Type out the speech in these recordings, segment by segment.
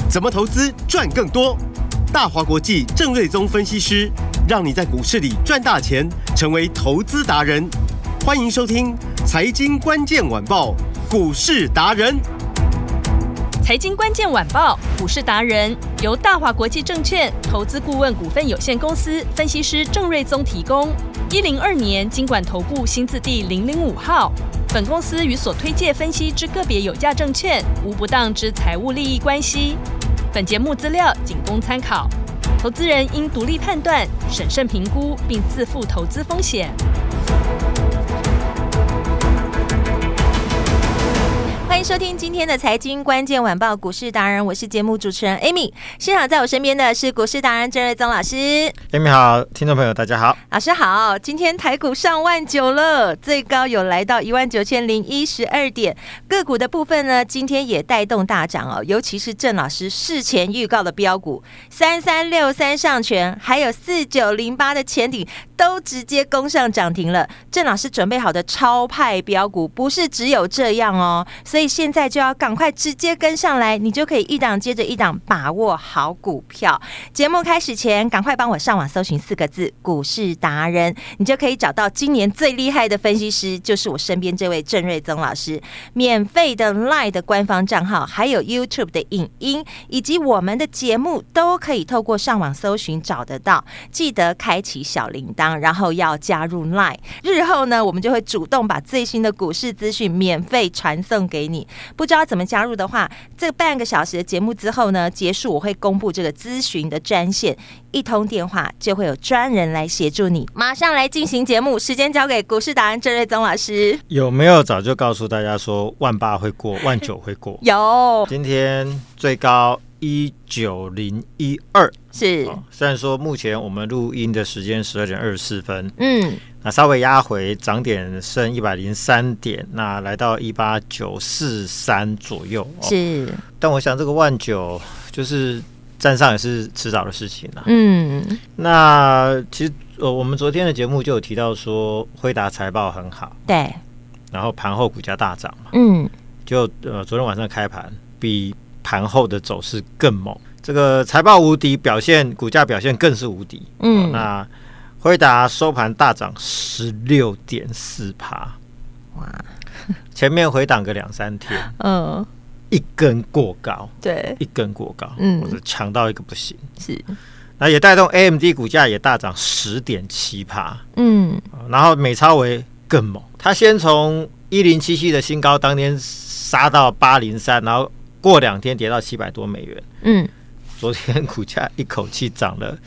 怎么投资赚更多？大华国际郑瑞宗分析师让你在股市里赚大钱，成为投资达人。欢迎收听《财经关键晚报》股市达人。 财经关键晚报股市达人由大华国际证券投资顾问股份有限公司分析师郑瑞宗提供。102年金管投顾新字第005号。本公司与所推介分析之个别有价证券无不当之财务利益关系。本节目资料仅供参考，投资人应独立判断、审慎评估，并自负投资风险。 欢迎收听今天的财经关键晚报股市达人，我是节目主持人 Amy。现场在我身边的是股市达人郑瑞宗老师。 Amy 好，听众朋友大家好。 老师好，今天台股上19000了，最高有来到19012点。个股的部分呢，今天也带动大涨哦，尤其是郑老师事前预告的标股3363上权，还有4908的前顶都直接攻上涨停了。郑老师准备好的超派标股不是只有这样哦，所以现在就要赶快直接跟上来，你就可以一档接着一档把握好股票。节目开始前，赶快帮我上网搜寻4个字“股市达人”，你就可以找到今年最厉害的分析师，就是我身边这位郑瑞宗老师。免费的 LINE 的官方账号，还有 YouTube 的影音，以及我们的节目，都可以透过上网搜寻找得到。记得开启小铃铛，然后要加入 LINE。日后呢，我们就会主动把最新的股市资讯免费传送给你。不知道怎么加入的话，这半个小时的节目之后呢，结束我会公布这个咨询的专线，一通电话就会有专人来协助你。马上来进行节目，时间交给股市达人郑瑞宗老师。 有没有早就告诉大家说18000会过，19000会过？ 有， 今天最高19012， 是、 虽然说目前我们录音的时间12点24分，那稍微压回涨点剩103点，那来到18943左右， 是。 但我想这个19000就是站上也是迟早的事情啦。那其实我们昨天的节目就有提到说，辉达财报很好， 对， 然后盘后股价大涨嘛，就昨天晚上开盘比盘后的走势更猛，这个财报无敌，股价表现更是无敌。那辉达收盘大涨16.4%， 哇， 前面回档个2-3天，一根过高， 对， 一根过高，或者强到一个不行， 是。 那也带动 AMD 股价也大涨10.7%，然后美超微更猛，它先从1077的新高当天杀到803，然后过2天跌到$700多，昨天股价一口气涨了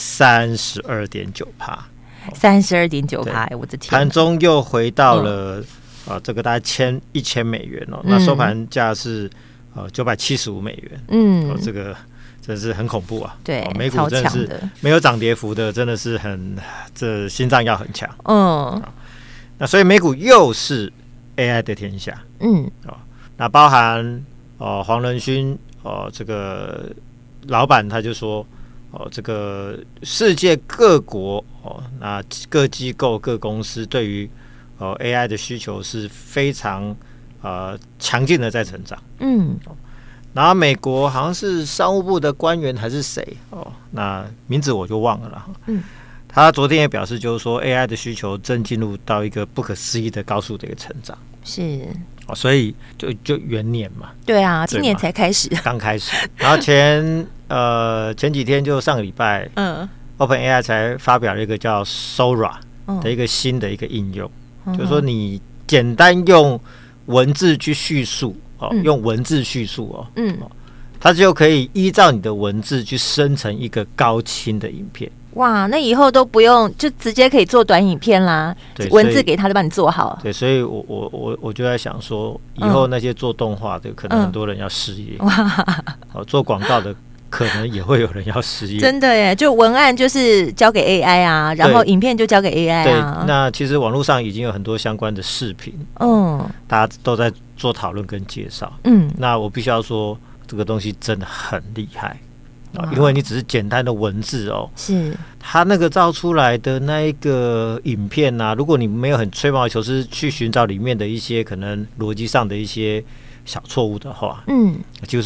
32.9%，32.9%，我的天！ 盘中又回到了这个大概1000美元哦，那收盘价是$975，这个真是很恐怖啊！ 对， 美股真的是没有涨跌幅的，真的是这心脏要很强。那所以美股又是 AI 的天下。那包含黄仁勋这个老板他就说，这个世界各国那各机构各公司对于AI 的需求是非常强劲的在成长。然后美国好像是商务部的官员还是谁那名字我就忘了啦。他昨天也表示，就是说 AI 的需求正进入到一个不可思议的高速的一个成长。 是。 所以就元年嘛， 对啊，今年才开始， 刚开始。然后前几天就上个礼拜，OpenAI 才发表了一个叫 Sora 的一个新的一个应用，就是说你简单用文字去叙述用文字叙述它就可以依照你的文字去生成一个高清的影片。 哇，那以后都不用，就直接可以做短影片啦，文字给他就帮你做好。 对，所以我就在想说，以后那些做动画的，可能很多人要失业，做广告的可能也会有人要失业。真的耶，就文案就是交给 AI 啊，然后影片就交给 AI 啊。对，那其实网络上已经有很多相关的视频，大家都在做讨论跟介绍。那我必须要说，这个东西真的很厉害。因为你只是简单的文字是它那个造出来的那一个影片如果你没有很吹毛求疵去寻找里面的一些可能逻辑上的一些小错误的话，就是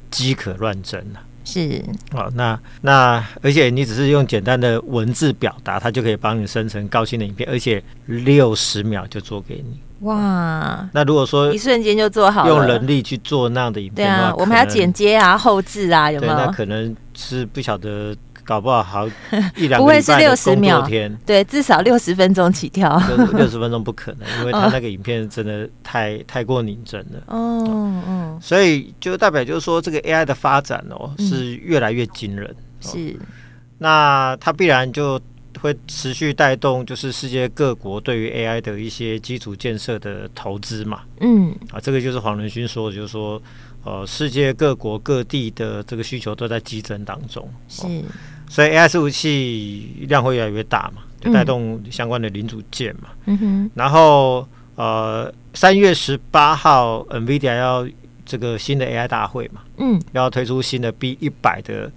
饥渴乱真啊。 是那而且你只是用简单的文字表达，它就可以帮你生成高清的影片，而且60秒就做给你。 哇！ 那如果说一瞬间就做好了， 用人力去做那样的影片的话， 我们还要剪接啊、后置啊，有没有？ 对，那可能是不晓得，搞不好1-2个不会是60秒天， 对，至少60分钟起跳。 60分钟不可能，因为他那个影片真的太过拟真了。所以就代表就是说，这个 AI 的发展是越来越惊人。 是， 那它必然就会持续带动，就是世界各国对于 AI 的一些基础建设的投资嘛。这个就是黄仁勋说的，就是说，世界各国各地的这个需求都在激增当中。 是， 所以 AI 伺服器量会越来越大嘛，就带动相关的零组件嘛。然后3月18号 NVIDIA 要这个新的 AI 大会嘛，要推出新的 B100的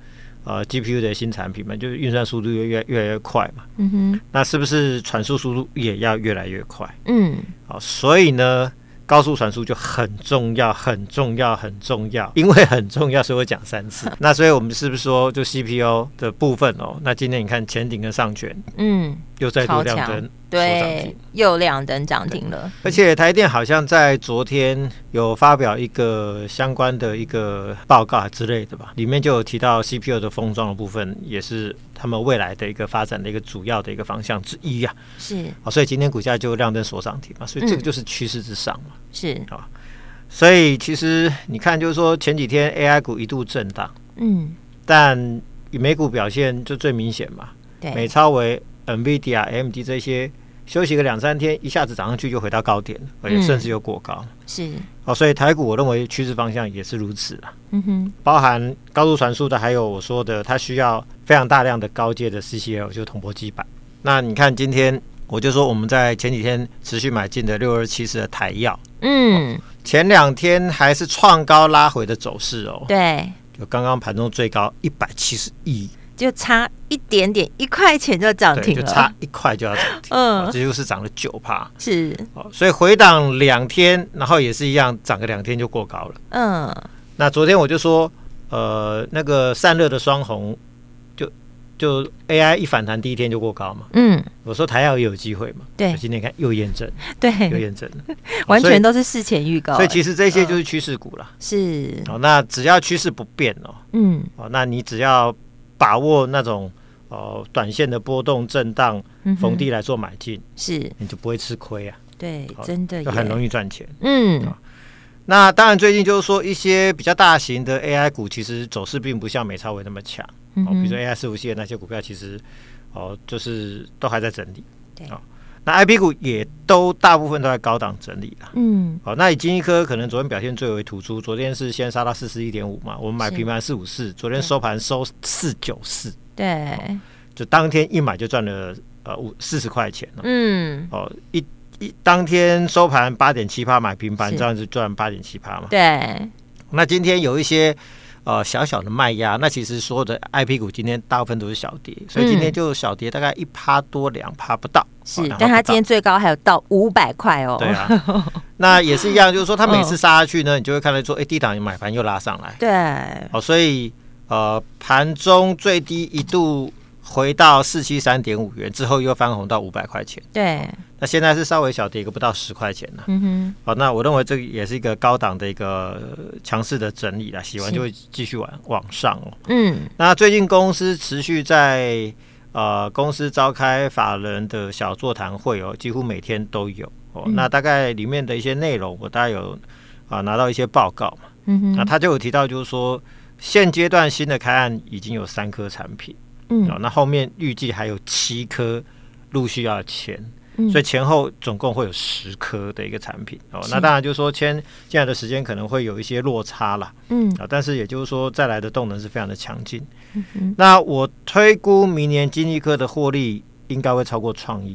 GPU 的新产品嘛，就是运算速度越来越快嘛。那是不是传输速度也要越来越快？所以呢，高速传输就很重要，很重要，很重要。因为很重要，所以我讲3次。那所以我们是不是说，就 CPU 的部分那今天你看前鼎跟上权，又再度亮灯， 对，又亮灯涨停了。 而且台电好像在昨天有发表一个相关的一个报告之类的吧，里面就有提到 CPU 的封装的部分，也是他们未来的一个发展的一个主要的一个方向之一啊。 是， 所以今天股价就亮灯锁涨停嘛，所以这个就是趋势之上嘛。 是所以其实你看，就是说前几天 AI 股一度震荡，但以美股表现就最明显嘛。对，美超微、NVIDIA、AMD 这些休息个2-3天，一下子涨上去就回到高点了，而且甚至又过高。 是所以台股我认为趋势方向也是如此啊。包含高速传输的，还有我说的，它需要非常大量的高阶的 CCL， 就是铜箔基板。那你看今天，我就说我们在前几天持续买进的6274的台药，前2天还是创高拉回的走势对， 就刚刚盘中最高171。 就差一点点，1块钱就涨停了， 就差1块就要涨停，这就是涨了9%， 是， 所以回档2天，然后也是一样，涨个2天就过高了。那昨天我就说，那个散热的双红，就 AI 一反弹第一天就过高嘛，我说台药也有机会嘛，对，今天看又验证， 对， 又验证了， 完全都是事前预告， 所以其实这些就是趋势股啦， 是， 那只要趋势不变那你只要把握那种短线的波动震荡，逢低来做买进，是，你就不会吃亏啊。对，真的就很容易赚钱。那当然最近就是说一些比较大型的 AI 股，其实走势并不像美超微那么强。比如说 AI 伺服器的那些股票，其实就是都还在整理。对。那 IP 股也都大部分都在高档整理啦。那以金一科可能昨天表现最为突出，昨天是先杀到41.5嘛，我们买平盘454，昨天收盘收494，对，就当天一买就赚了40块钱了。当天收盘8.7%买平盘，这样子赚8.7%嘛。对。那今天有一些小小的卖压，那其实所有的 IP 股今天大部分都是小跌，所以今天就小跌大概1%多2%不到。是， 但它今天最高还有到500块哦。 对啊，那也是一样，就是说它每次杀下去呢，你就会看到说，低档买盘又拉上来。对。所以盘中最低一度回到473.5元，之后又翻红到500块钱。对。那现在是稍微小跌个不到10块钱了。那我认为这个也是一个高档的一个强势的整理啦，洗完就会继续往上那最近公司持续在公司召开法人的小座谈会几乎每天都有那大概里面的一些内容，我大概有拿到一些报告嘛。那他就有提到，就是说现阶段新的开案已经有3颗产品，那后面预计还有7颗陆续要签。所以前后总共会有10颗的一个产品那当然就是说签进来的时间可能会有一些落差啦，但是也就是说再来的动能是非常的强劲。那我推估明年金一科的获利应该会超过创意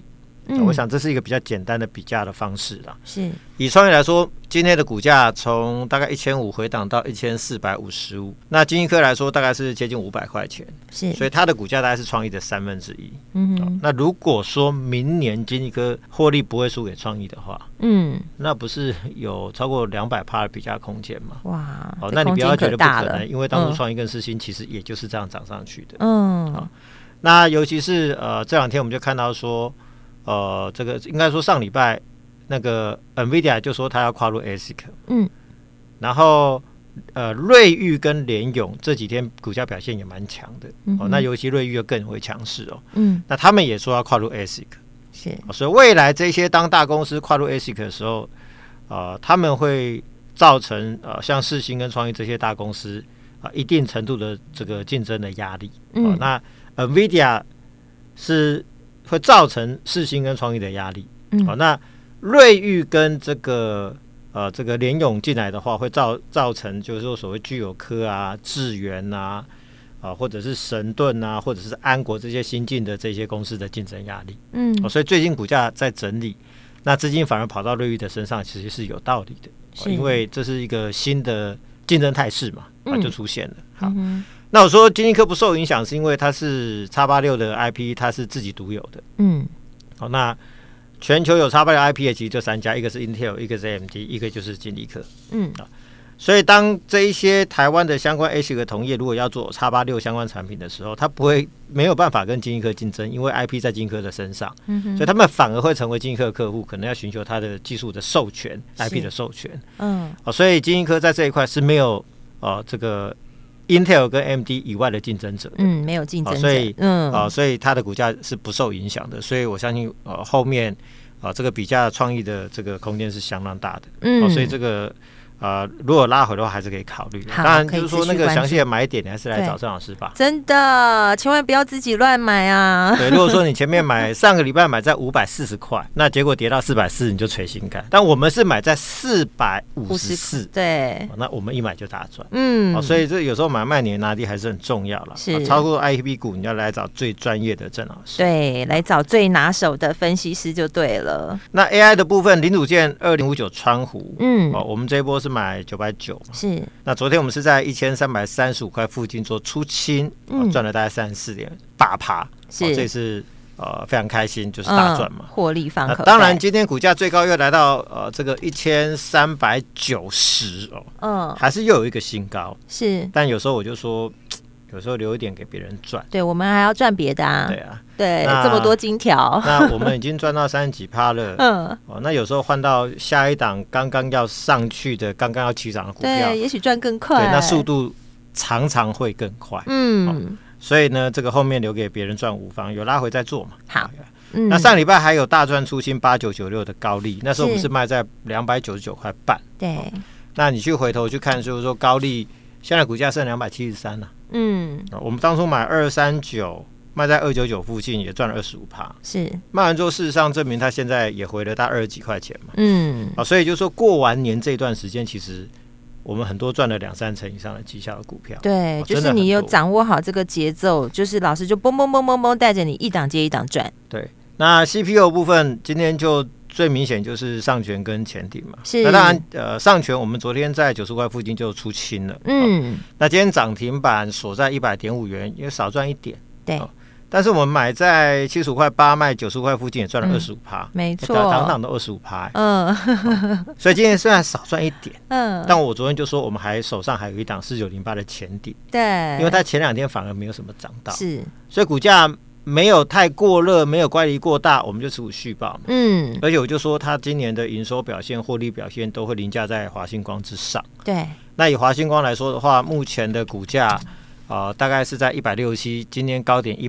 我想这是一个比较简单的比价的方式啦。 是以创意来说，今天的股价从大概1500回档到1455，那金一科来说大概是接近500块钱， 是， 所以它的股价大概是创意的1/3。那如果说明年金一科获利不会输给创意的话，那不是有超过200%的比价空间吗？ 哇， 那你不要觉得不可能，因为当初创意跟世新其实也就是这样涨上去的。那尤其是这2天我们就看到说，这个应该说上礼拜那个 NVIDIA 就说它要跨入 ASIC，然后瑞昱跟联咏这几天股价表现也蛮强的，那尤其瑞昱又更为强势哦，那他们也说要跨入 ASIC， 是，所以未来这些当大公司跨入 ASIC 的时候，他们会造成像世新跟创意这些大公司一定程度的这个竞争的压力，那NVIDIA 是会造成世新跟创意的压力，那瑞昱跟这个联咏进来的话，会造成就是说所谓具有科啊、智原啊，或者是神盾啊，或者是安国这些新进的这些公司的竞争压力，所以最近股价在整理，那资金反而跑到瑞昱的身上，其实是有道理的，因为这是一个新的竞争态势嘛，就出现了。好。那我说金一科不受影响，是因为它是 X86 的 IP， 它是自己独有的。好，那全球有 X86 IP 的其实就3家，一个是 Intel， 一个是 AMD， 一个就是金立科。所以当这一些台湾的相关 ASIC 的同业如果要做 X86 相关产品的时候，它没有办法跟金一科竞争，因为 IP 在金一科的身上，所以他们反而会成为金一科的客户，可能要寻求它的技术的授权 ，IP 的授权。所以金一科在这一块是没有这个Intel 跟 AMD 以外的竞争者的， 没有竞争者， 所以它的股价是不受影响的，所以我相信后面这个比价创意的这个空间是相当大的，所以这个如果拉回的话，还是可以考虑。当然，就是说那个详细的买点，你还是来找郑老师吧。 真的，千万不要自己乱买啊！ 对，如果说你前面上个礼拜买在540块，那结果跌到440，你就捶心肝。但我们是买在454， 对， 那我们一买就大赚。所以这有时候买卖你的拿低还是很重要了。 是， 超过 IPB 股，你要来找最专业的郑老师。 对，来找最拿手的分析师就对了。 那 AI 的部分，零组件2059川湖，我们这一波是买990嘛， 是。 那昨天我们是在1335块附近做出清，赚了大概34.8%，是，这是非常开心，就是大赚嘛， 获利放口袋。 当然，今天股价最高又来到这个1390还是又有一个新高，是。但有时候我就说，有时候留一点给别人赚， 对，我们还要赚别的啊， 对啊。 对，这么多金条， 那我们已经赚到30几%了。那有时候换到下一档刚刚要上去的、刚刚要起涨的股票， 对，也许赚更快。 对，那速度常常会更快。所以呢，这个后面留给别人赚无妨，有拉回再做嘛。 好， 那上礼拜还有大赚出清8996的高利，那时候我们是卖在299块半。 对， 那你去回头去看，就是说高利现在股价剩273了。我们当初买239。卖在299附近也赚了25%， 是卖完之后，事实上证明它现在也回了大概20几块钱嘛，所以就说过完年这段时间，其实我们很多赚了2-3成以上的绩效的股票， 对，就是你有掌握好这个节奏，就是老师就嘣嘣嘣嘣嘣带着你一档接一档赚。 对，那 CPU 部分今天就最明显就是上权跟前顶嘛， 是。 那当然上权我们昨天在90块附近就出清了，那今天涨停板锁在100.5元，也少赚一点， 对。 但是我们买在75块8，卖90块附近也赚了25%， 没错， 档档都25%，所以今天虽然少赚一点，但我昨天就说我们手上还有一档4908的前顶， 对， 因为它前2天反而没有什么涨到， 是， 所以股价没有太过热，没有乖离过大，我们就持股续报嘛，而且我就说它今年的营收表现、获利表现都会凌驾在华星光之上， 对， 那以华星光来说的话，目前的股价。大概是在167，今天高点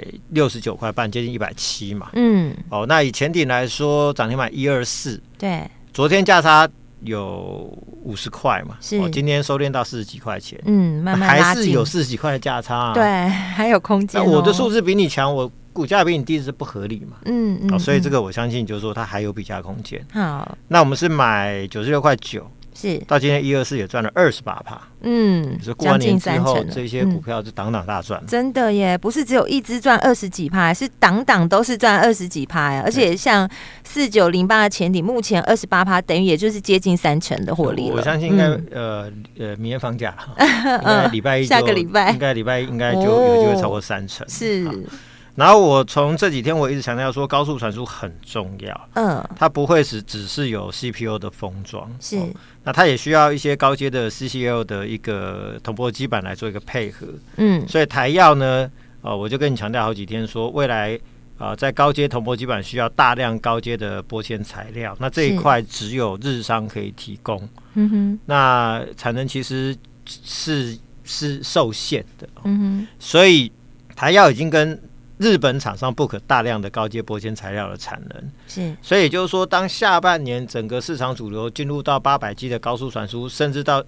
169块半，接近170嘛。那以前顶来说，涨停板124， 对， 昨天价差有50块嘛， 是， 今天收敛到40几块钱， 慢慢拉近， 还是有40几块的价差， 对，还有空间。 我的数字比你强，我股价比你低是不合理嘛，所以这个我相信就是说它还有比价空间。 好， 那我们是买96块9。 是到今天124也赚了28%，就是过完年之后这些股票就档档大赚， 真的耶，不是只有一只赚20几%，是档档都是赚20几%，而且像4908的前顶，目前28%，等于也就是接近30%的获利了。 我相信应该明天放假，应该礼拜一下个礼拜应该礼拜一应该就有机会超过30%， 是。 然后我从这几天我一直强调说，高速传输很重要，它不会只是有 CPU 的封装， 是， 那它也需要一些高阶的 CCL 的一个铜箔基板来做一个配合，所以台燿呢，我就跟你强调好几天说，未来在高阶铜箔基板需要大量高阶的玻纤材料，那这一块只有日商可以提供，那产能其实是受限的，所以台燿已经跟日本厂商不可大量的高阶玻纤材料的产能， 是， 所以也就是说，当下半年整个市场主流进入到800G 的高速传输，甚至到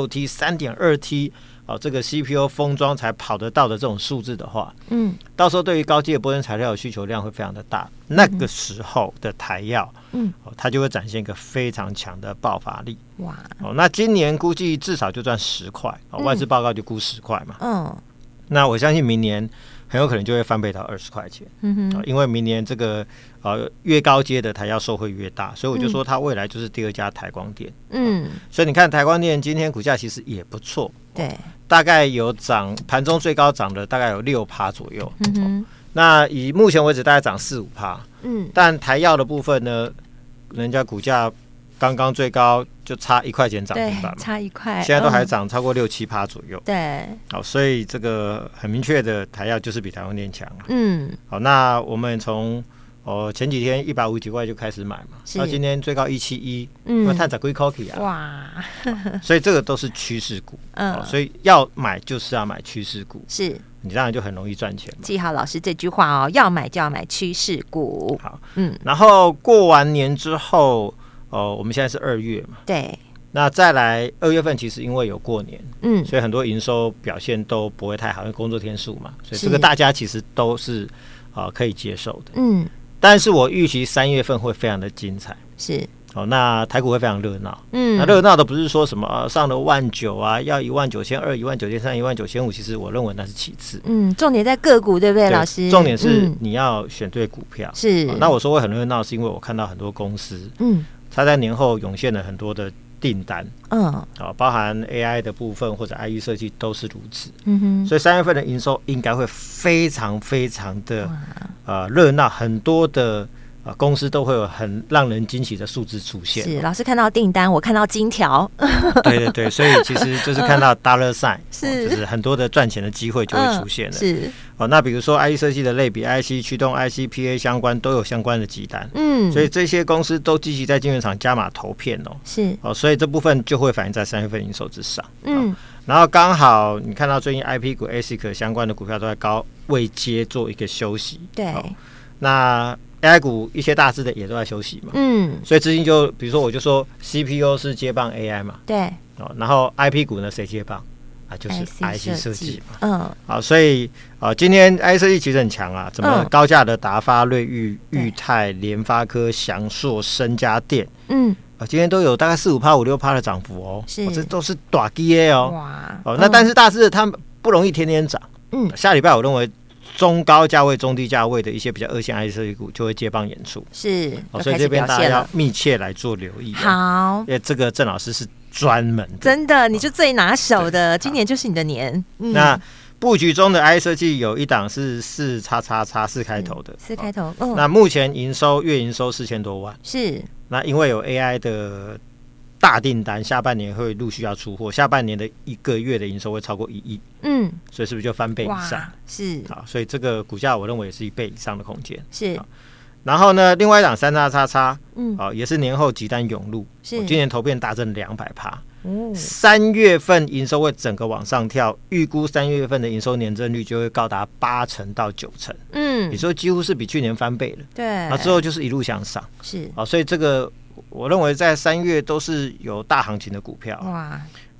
1.6T、3.2T 这个 CPU 封装才跑得到的这种数字的话，到时候对于高阶的玻纤材料的需求量会非常的大，那个时候的台燿，它就会展现一个非常强的爆发力。哇，那今年估计至少就赚10块，外资报告就估10块嘛，那我相信明年很有可能就会翻倍到20块钱，因为明年这个越高阶的台燿受惠越大，所以我就说它未来就是第2家台光电，所以你看台光电今天股价其实也不错， 对， 大概有涨，盘中最高涨的大概有6%左右，那以目前为止大概涨4-5%，但台燿的部分呢，人家股价刚刚最高就差1块钱涨停板嘛， 差1块， 现在都还涨超过6-7%左右。 对， 好，所以这个很明确的，台燿就是比台光电强。好，那我们从前几天150几块就开始买嘛，到今天最高171，那探涨几块啊？哇！所以这个都是趋势股，所以要买就是要买趋势股， 是你当然就很容易赚钱。 记好老师这句话哦，要买就要买趋势股。 好，然后过完年之后。我们现在是2月嘛， 对， 那再来2月份，其实因为有过年，所以很多营收表现都不会太好，因为工作天数嘛，所以这个大家其实都是可以接受的，但是我预期3月份会非常的精彩， 是。 那台股会非常热闹，那热闹的不是说什么上了19000啊，要19200、19300、19500，其实我认为那是其次， 重点在个股，对不对，老师？ 重点是你要选对股票， 是。 那我说会很热闹，是因为我看到很多公司，它在年后涌现了很多的订单，包含 AI 的部分或者 IE 设计都是如此，所以3月份的营收应该会非常非常的热闹，很多的公司都会有很让人惊喜的数字出现。 是，老师看到订单，我看到金条。 对对对，所以其实就是看到 dollar sign，就是很多的赚钱的机会就会出现了。 是。 那比如说 IE 设计的类比 IC 驱动 IC PA 相关都有相关的集单，所以这些公司都积极在晶圆厂加码投片是所以这部分就会反映在3月份营收之上。然后刚好你看到最近 IP 股 ASIC 相关的股票都在高位阶做一个休息， 对， 那 AI 股一些大只的也都在休息嘛，所以资金就比如说我就说 CPU 是接棒 AI 嘛， 对， 然后 IP 股呢谁接棒？就是 IC 设计嘛，好，所以今天 IC 设计其实很强啊，怎么高价的达发、瑞昱、裕泰、联发科、祥硕、身家电，今天都有大概4-5%、5-6%的涨幅哦，这都是大基的哦，哇，那但是大致的它不容易天天涨，下礼拜我认为中高价位、中低价位的一些比较2线 IC 设计股就会接棒演出， 是， 所以这边大家要密切来做留意。 好， 因为这个郑老师是专门的， 真的，你就最拿手的，今年就是你的年。 那布局中的 IC 设计有一档是4开头的 ，4开头。 那目前月营收4000多万， 是。 那因为有 AI 的大订单，下半年会陆续要出货，下半年的1个月的营收会超过1亿，所以是不是就翻倍以上？ 是。 好，所以这个股价我认为也是1倍以上的空间。 是。 然后呢，另外一档3，也是年后集单涌入，今年投片大增200%，3月份营收会整个往上跳，预估3月份的营收年增率就会高达8%到9%，你说几乎是比去年翻倍了， 对， 那之后就是一路向上， 是， 所以这个我认为在3月都是有大行情的股票，哇，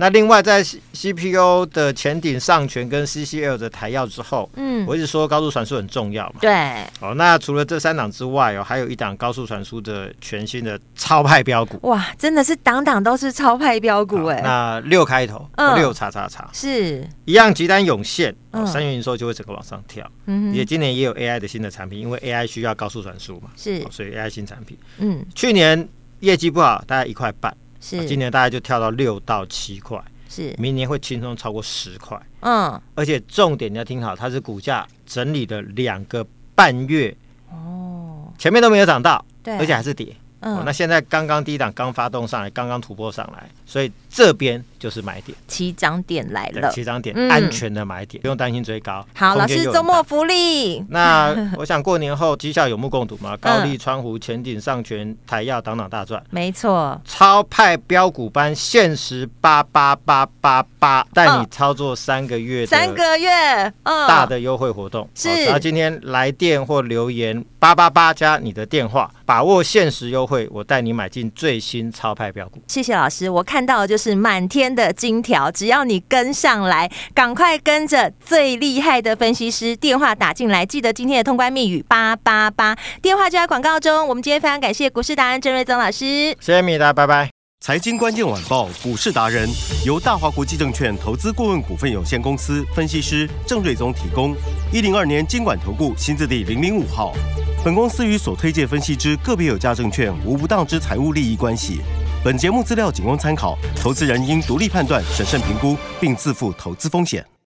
那另外在 CPU 的前顶上权跟 CCL 的台药之后，我一直说高速传输很重要嘛。 对。 那除了这3档之外还有一档高速传输的全新的超派标股。 哇，真的是档档都是超派标股哎。 那6开头，6叉叉叉， 是一样急单涌现，3月营收就会整个往上跳。也今年也有 AI 的新的产品，因为 AI 需要高速传输嘛， 是， 所以 AI 新产品。去年业绩不好，大概1.5块，是，今年大概就跳到6到7块，是，明年会轻松超过10块。而且重点你要听好，它是股价整理了2个半月，前面都没有涨到，对，而且还是跌。那现在刚刚第一档刚发动上来，刚刚突破上来，所以这边就是买点， 起涨点来了， 起涨点，安全的买点，不用担心追高。 好，老师周末福利。 那我想过年后绩效有目共睹嘛，高力、川湖、前顶、上权、台药档档大赚， 没错。 超派标股班限时88888，带你操作3个月大的优惠活动。是，只要今天来电或留言888加你的电话，把握限时优惠，我带你买进最新超派标股。 谢谢老师，我看到的就是满天的金条，只要你跟上来，赶快跟着最厉害的分析师，电话打进来，记得今天的通关密语888，电话就在广告中。我们今天非常感谢股市达人郑瑞宗老师， 谢谢米达，拜拜。 财经关键晚报股市达人由大华国际证券投资顾问股份有限公司分析师郑瑞宗提供，102年金管投顾新字第005号。本公司与所推介分析之个别有价证券无不当之财务利益关系。本节目资料仅供参考，投资人应独立判断、审慎评估，并自负投资风险。